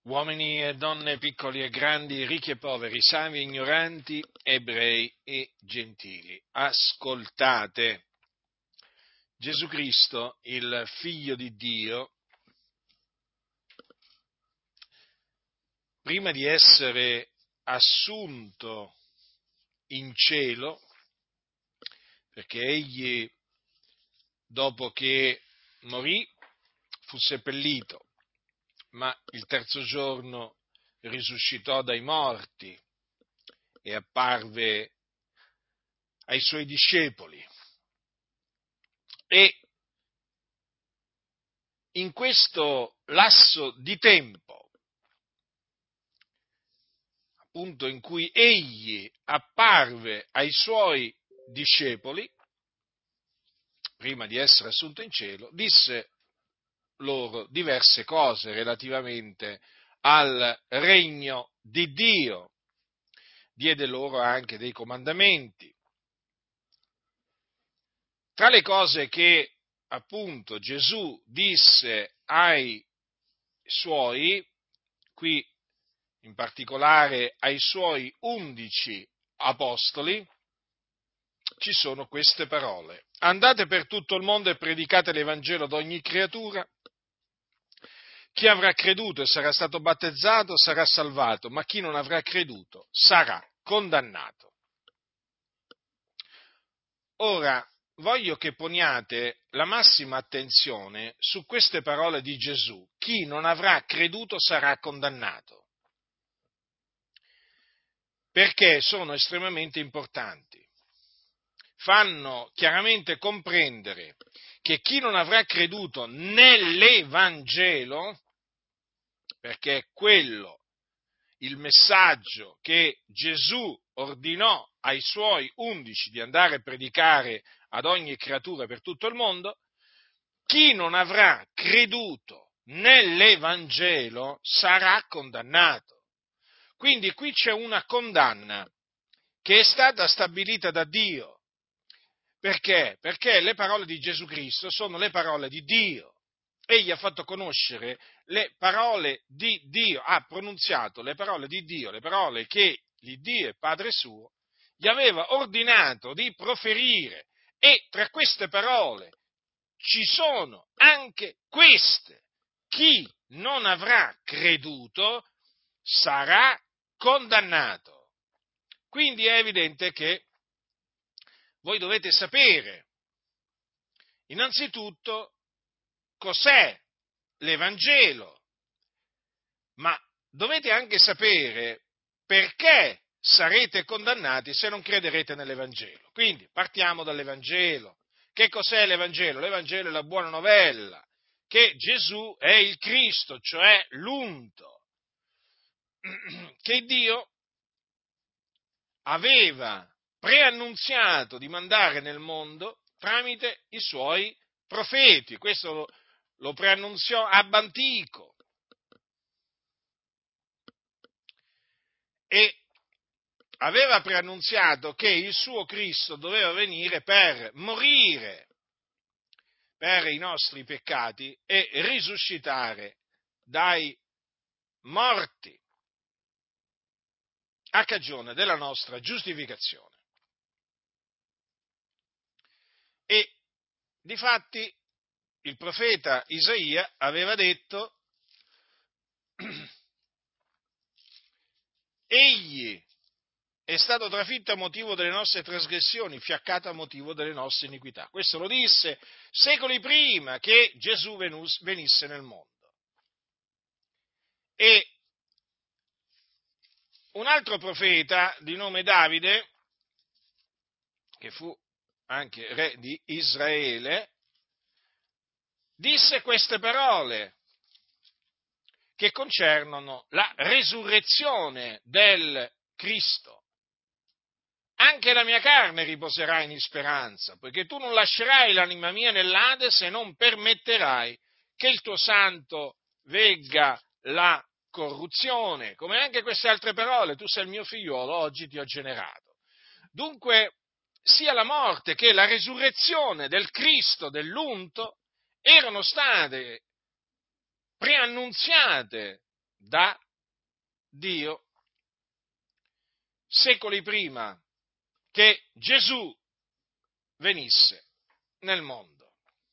Uomini e donne, piccoli e grandi, ricchi e poveri, savi e ignoranti, ebrei e gentili, ascoltate. Gesù Cristo, il Figlio di Dio, prima di essere assunto in cielo, perché egli, dopo che morì, fu seppellito, ma il terzo giorno risuscitò dai morti e apparve ai suoi discepoli. E in questo lasso di tempo, appunto in cui egli apparve ai suoi discepoli, prima di essere assunto in cielo, disse loro diverse cose relativamente al regno di Dio, diede loro anche dei comandamenti. Tra le cose che appunto Gesù disse ai suoi, qui in particolare ai suoi 11 apostoli, ci sono queste parole: andate per tutto il mondo e predicate l'Evangelo ad ogni creatura. Chi avrà creduto e sarà stato battezzato sarà salvato, ma chi non avrà creduto sarà condannato. Ora, voglio che poniate la massima attenzione su queste parole di Gesù: chi non avrà creduto sarà condannato, perché sono estremamente importanti. Fanno chiaramente comprendere che chi non avrà creduto nell'Evangelo, perché è quello il messaggio che Gesù ordinò ai suoi 11 di andare a predicare ad ogni creatura per tutto il mondo, chi non avrà creduto nell'Evangelo sarà condannato. Quindi qui c'è una condanna che è stata stabilita da Dio. Perché? Perché le parole di Gesù Cristo sono le parole di Dio. Egli ha fatto conoscere le parole di Dio, ha pronunziato le parole di Dio, le parole che l'Iddio e Padre suo gli aveva ordinato di proferire. E tra queste parole ci sono anche queste: chi non avrà creduto sarà condannato. Quindi è evidente che voi dovete sapere, innanzitutto, cos'è l'Evangelo, ma dovete anche sapere perché sarete condannati se non crederete nell'Evangelo. Quindi partiamo dall'Evangelo. Che cos'è l'Evangelo? L'Evangelo è la buona novella che Gesù è il Cristo, cioè l'unto, che Dio aveva preannunziato di mandare nel mondo tramite i suoi profeti. Questo lo preannunziò ab antico. E aveva preannunziato che il suo Cristo doveva venire per morire per i nostri peccati e risuscitare dai morti a cagione della nostra giustificazione. E difatti il profeta Isaia aveva detto: egli è stato trafitto a motivo delle nostre trasgressioni, fiaccato a motivo delle nostre iniquità. Questo lo disse secoli prima che Gesù venisse nel mondo. E un altro profeta di nome Davide, che fu anche re di Israele, disse queste parole che concernono la resurrezione del Cristo. Anche la mia carne riposerà in speranza, poiché tu non lascerai l'anima mia nell'Ade se non permetterai che il tuo santo vegga la corruzione. Come anche queste altre parole: tu sei il mio figliuolo, oggi ti ho generato. Dunque, sia la morte che la resurrezione del Cristo, dell'unto, erano state preannunziate da Dio, secoli prima che Gesù venisse nel mondo.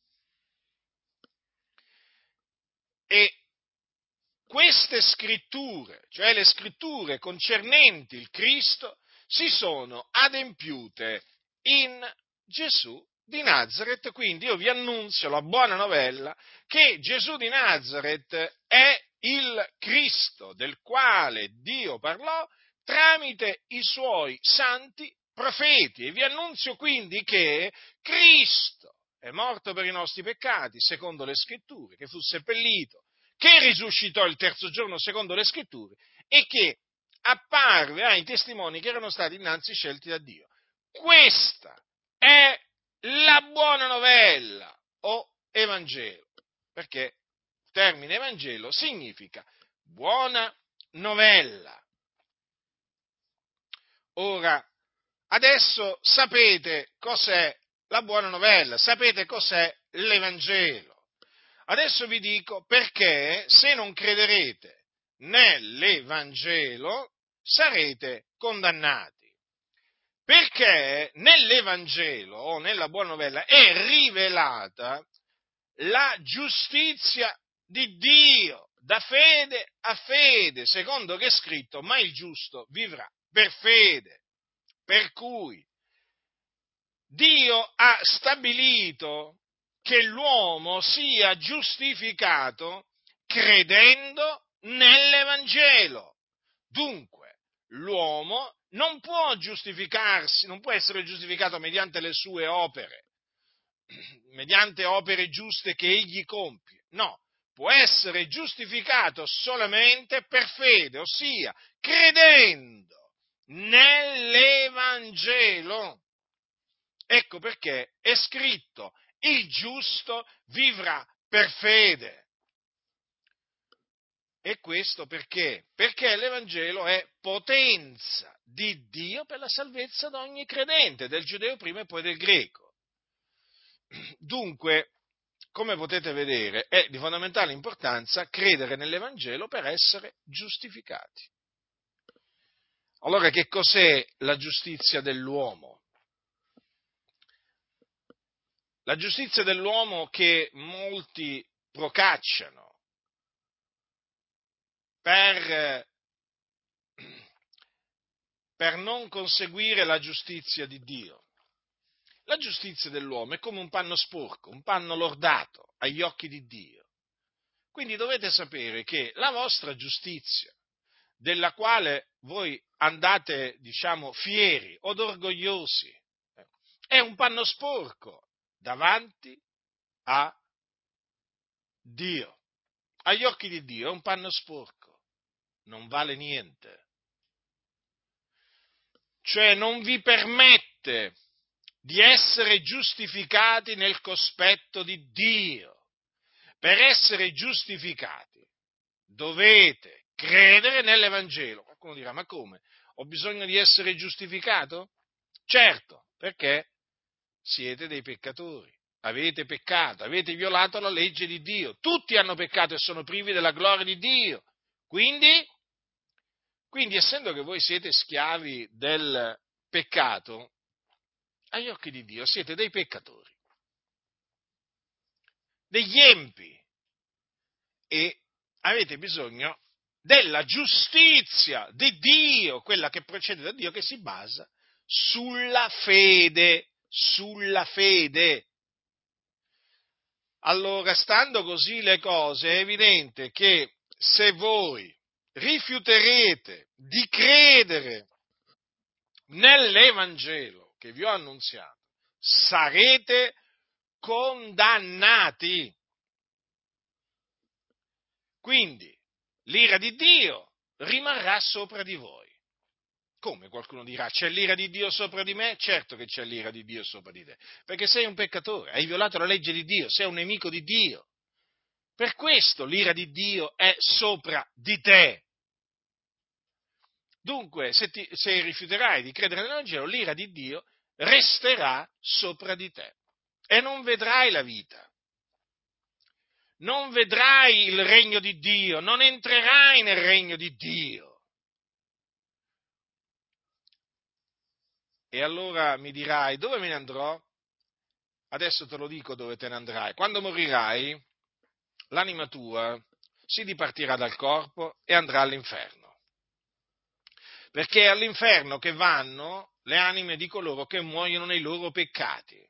E queste scritture, cioè le scritture concernenti il Cristo, si sono adempiute in Gesù di Nazaret. Quindi io vi annunzio la buona novella che Gesù di Nazaret è il Cristo del quale Dio parlò tramite i suoi santi profeti. E vi annunzio quindi che Cristo è morto per i nostri peccati, secondo le scritture, che fu seppellito, che risuscitò il terzo giorno secondo le scritture e che apparve ai testimoni che erano stati innanzi scelti da Dio. Questa è la buona novella o Evangelo, perché il termine Evangelo significa buona novella. Ora, adesso sapete cos'è la buona novella, sapete cos'è l'Evangelo. Adesso vi dico perché se non crederete nell'Evangelo sarete condannati. Perché nell'Evangelo o nella buona novella è rivelata la giustizia di Dio da fede a fede, secondo che è scritto, ma il giusto vivrà per fede. Per cui Dio ha stabilito che l'uomo sia giustificato credendo nell'Evangelo. Dunque, l'uomo non può giustificarsi, non può essere giustificato mediante le sue opere, mediante opere giuste che egli compie. No, può essere giustificato solamente per fede, ossia credendo nell'Evangelo. Ecco perché è scritto: il giusto vivrà per fede. E questo perché? Perché l'Evangelo è potenza di Dio per la salvezza di ogni credente, del giudeo prima e poi del greco. Dunque, come potete vedere, è di fondamentale importanza credere nell'Evangelo per essere giustificati. Allora, che cos'è la giustizia dell'uomo? La giustizia dell'uomo che molti procacciano per non conseguire la giustizia di Dio. La giustizia dell'uomo è come un panno sporco, un panno lordato agli occhi di Dio. Quindi dovete sapere che la vostra giustizia, della quale voi andate, fieri od orgogliosi, è un panno sporco davanti a Dio. Agli occhi di Dio è un panno sporco, non vale niente. Cioè non vi permette di essere giustificati nel cospetto di Dio. Per essere giustificati dovete credere nell'Evangelo. Qualcuno dirà: ma come? Ho bisogno di essere giustificato? Certo, perché siete dei peccatori, avete peccato, avete violato la legge di Dio. Tutti hanno peccato e sono privi della gloria di Dio. Quindi, essendo che voi siete schiavi del peccato, agli occhi di Dio siete dei peccatori, degli empi, e avete bisogno della giustizia di Dio, quella che procede da Dio, che si basa sulla fede, Allora, stando così le cose, è evidente che se voi rifiuterete di credere nell'Evangelo che vi ho annunziato, sarete condannati. Quindi l'ira di Dio rimarrà sopra di voi. Come, qualcuno dirà: c'è l'ira di Dio sopra di me? Certo che c'è l'ira di Dio sopra di te, perché sei un peccatore, hai violato la legge di Dio, sei un nemico di Dio. Per questo l'ira di Dio è sopra di te. Dunque, se rifiuterai di credere nell'Evangelo, l'ira di Dio resterà sopra di te e non vedrai la vita. non vedrai il regno di Dio, non entrerai nel regno di Dio. E allora mi dirai, dove me ne andrò? Adesso te lo dico dove te ne andrai. Quando morirai, l'anima tua si dipartirà dal corpo e andrà all'inferno. Perché è all'inferno che vanno le anime di coloro che muoiono nei loro peccati.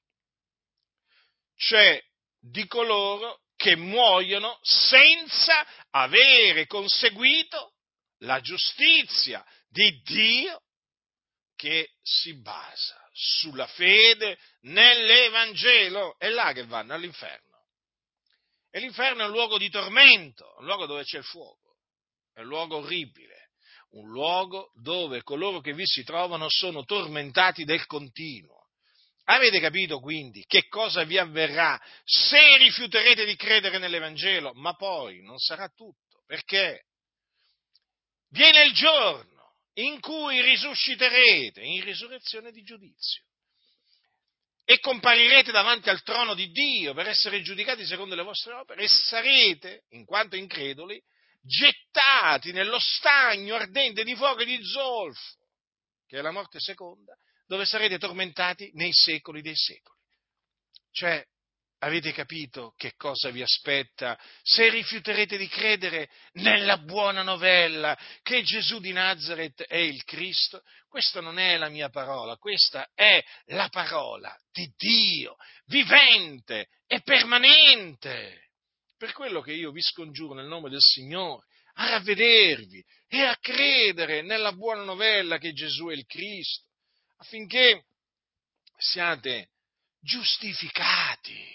Cioè di coloro che muoiono senza avere conseguito la giustizia di Dio che si basa sulla fede nell'Evangelo. È là che vanno, all'inferno. E l'inferno è un luogo di tormento, un luogo dove c'è il fuoco, è un luogo orribile, un luogo dove coloro che vi si trovano sono tormentati del continuo. Avete capito quindi che cosa vi avverrà se rifiuterete di credere nell'Evangelo? Ma poi non sarà tutto, perché viene il giorno in cui risusciterete in risurrezione di giudizio e comparirete davanti al trono di Dio per essere giudicati secondo le vostre opere e sarete, in quanto increduli, gettati nello stagno ardente di fuoco e di zolfo, che è la morte seconda, dove sarete tormentati nei secoli dei secoli. Cioè, avete capito che cosa vi aspetta se rifiuterete di credere nella buona novella che Gesù di Nazaret è il Cristo? Questa non è la mia parola, questa è la parola di Dio, vivente e permanente. Per quello che io vi scongiuro nel nome del Signore a ravvedervi e a credere nella buona novella che Gesù è il Cristo, affinché siate giustificati,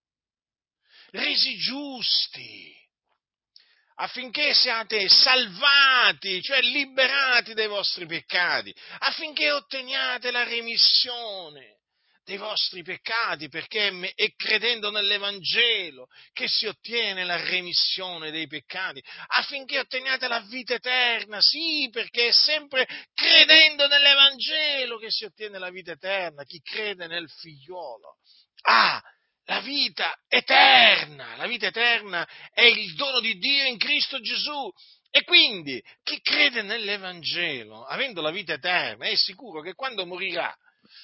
resi giusti, affinché siate salvati, cioè liberati dai vostri peccati, affinché otteniate la remissione dei vostri peccati, perché è credendo nell'Evangelo che si ottiene la remissione dei peccati, affinché otteniate la vita eterna, sì, perché è sempre credendo nell'Evangelo che si ottiene la vita eterna. Chi crede nel figliolo ha la vita eterna è il dono di Dio in Cristo Gesù. E quindi chi crede nell'Evangelo, avendo la vita eterna, è sicuro che quando morirà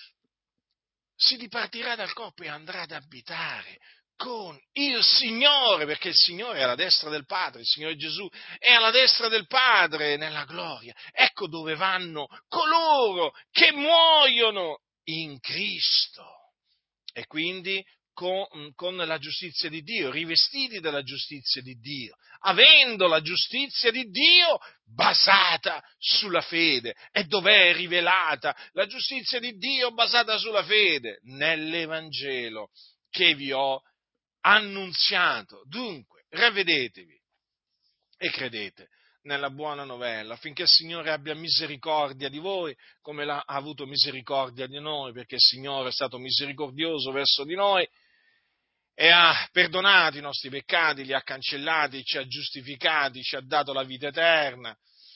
si dipartirà dal corpo e andrà ad abitare con il Signore, perché il Signore è alla destra del Padre, il Signore Gesù è alla destra del Padre nella gloria. Ecco dove vanno coloro che muoiono in Cristo. E quindi con la giustizia di Dio, rivestiti della giustizia di Dio, avendo la giustizia di Dio basata sulla fede. E dov'è rivelata la giustizia di Dio basata sulla fede? Nell'Evangelo che vi ho annunziato. Dunque, ravvedetevi e credete nella buona novella, affinché il Signore abbia misericordia di voi, come ha avuto misericordia di noi, perché il Signore è stato misericordioso verso di noi e ha perdonato i nostri peccati, li ha cancellati, ci ha giustificati, ci ha dato la vita eterna.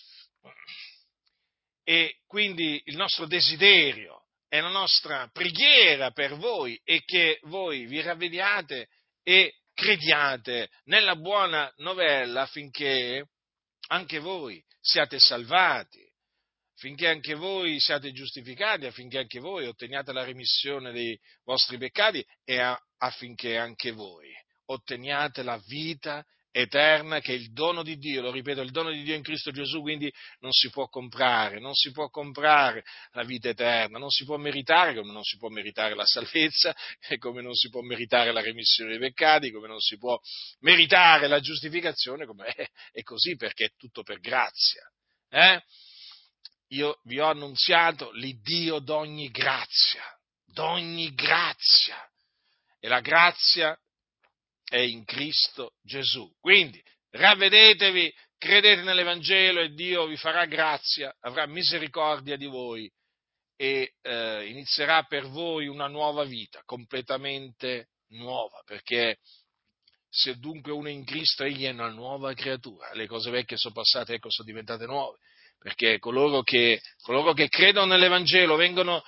E quindi il nostro desiderio e la nostra preghiera per voi è che voi vi ravvediate e crediate nella buona novella affinché anche voi siate salvati, affinché anche voi siate giustificati, affinché anche voi otteniate la remissione dei vostri peccati e affinché anche voi otteniate la vita eterna che è il dono di Dio, lo ripeto, il dono di Dio in Cristo Gesù, quindi non si può comprare la vita eterna, non si può meritare, come non si può meritare la salvezza, e come non si può meritare la remissione dei peccati, come non si può meritare la giustificazione, come è così perché è tutto per grazia. Io vi ho annunziato l'Iddio d'ogni grazia, e la grazia è in Cristo Gesù. Quindi ravvedetevi, credete nell'Evangelo e Dio vi farà grazia, avrà misericordia di voi e inizierà per voi una nuova vita, completamente nuova, perché se dunque uno è in Cristo egli è una nuova creatura, le cose vecchie sono passate, ecco, sono diventate nuove, perché coloro che credono nell'Evangelo vengono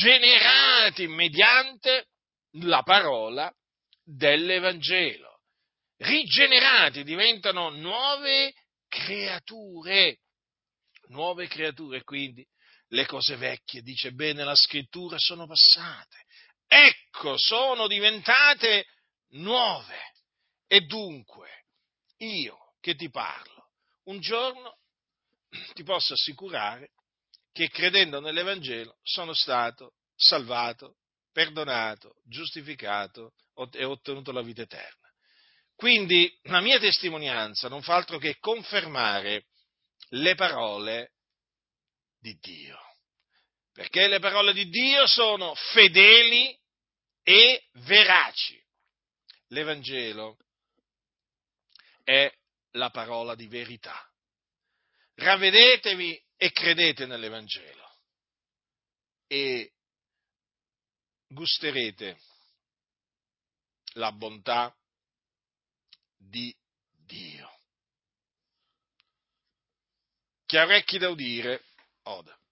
rigenerati mediante la parola dell'Evangelo. rigenerati, diventano nuove creature, quindi le cose vecchie, dice bene la scrittura, sono passate, ecco, sono diventate nuove. E dunque, io che ti parlo, un giorno ti posso assicurare che credendo nell'Evangelo sono stato salvato, perdonato, giustificato e ho ottenuto la vita eterna. Quindi la mia testimonianza non fa altro che confermare le parole di Dio, perché le parole di Dio sono fedeli e veraci. L'Evangelo è la parola di verità. Ravvedetevi e credete nell'Evangelo e gusterete la bontà di Dio. Chi ha orecchi da udire, oda.